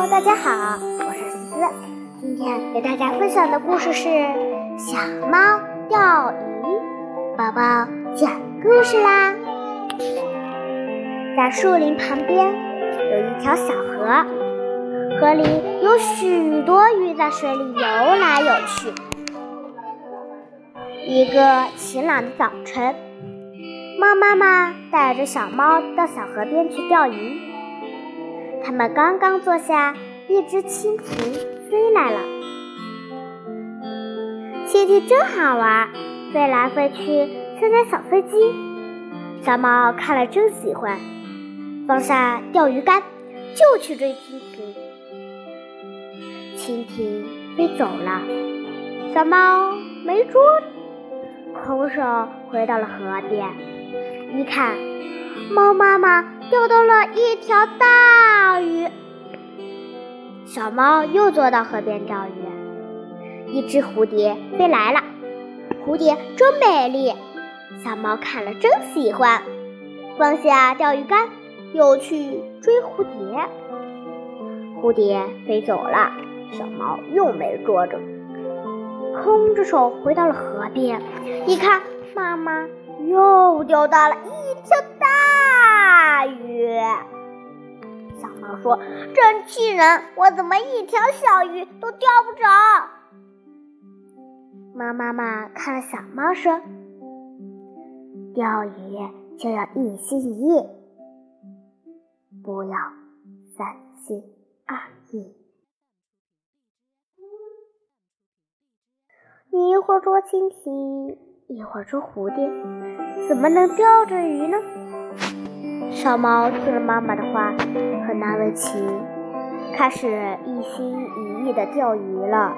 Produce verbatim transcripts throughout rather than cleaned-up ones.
大家好，我是思思。今天给大家分享的故事是小猫钓鱼。宝宝讲故事啦！在树林旁边有一条小河，河里有许多鱼在水里游来游去。一个晴朗的早晨，猫妈妈带着小猫到小河边去钓鱼。他们刚刚坐下，一只蜻蜓飞来了。蜻蜓真好玩，飞来飞去像架小飞机。小猫看了真喜欢，放下钓鱼竿就去追蜻蜓。蜻蜓飞走了，小猫没捉，空手回到了河边。一看，猫妈妈钓到了一条大鱼。小猫又坐到河边钓鱼，一只蝴蝶飞来了。蝴蝶真美丽，小猫看了真喜欢，放下钓鱼竿又去追蝴蝶。蝴蝶飞走了，小猫又没捉着，空着手回到了河边。一看，妈妈又钓到了一条大鱼。小猫说：“真气人，我怎么一条小鱼都钓不着？”猫妈妈看了小猫说：“钓鱼就要一心一意，不要三心二意。你一会儿捉蜻蜓，一会儿捉蝴蝶，怎么能钓着鱼呢？”小猫听了妈妈的话，很难为情，开始一心一意地钓鱼了。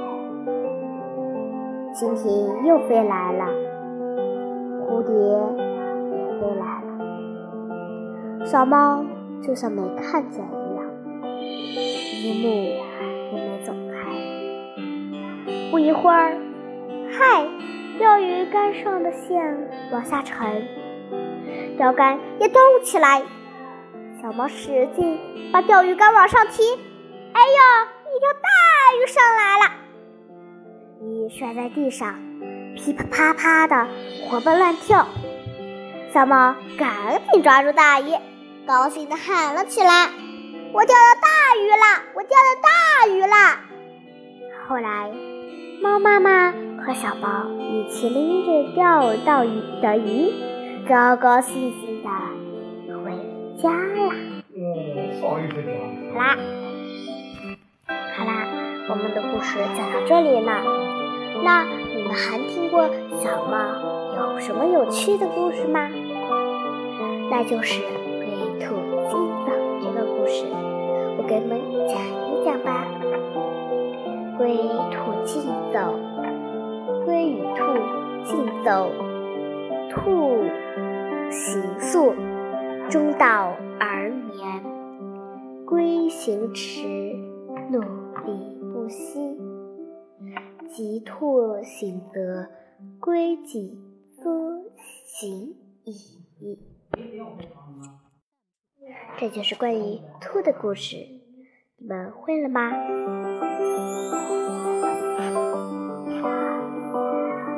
蜻蜓又飞来了，蝴蝶也飞来了，小猫就像没看见一样，一目也没走开。不一会儿，嗨，钓鱼竿上的线往下沉，钓竿也动起来，小猫使劲把钓鱼竿往上提，哎呦，一条大鱼上来了，鱼摔在地上，噼啪啪啪的活蹦乱跳。小猫赶紧抓住大鱼，高兴地喊了起来：“我钓到大鱼了，我钓到大鱼了！”后来，猫妈妈和小猫一起拎着钓到鱼的鱼，高高兴兴地回家啦。 嗯，好一回好啦，好啦，我们的故事讲到这里了。那你们还听过小猫有什么有趣的故事吗？那就是龟兔竞走这个故事，我给你们讲一讲吧。龟兔竞走，龟与兔竞走，兔行速，中道而眠，龟行迟，努力不息。及兔行得，龟己则行矣。这就是关于兔的故事，你们会了吗？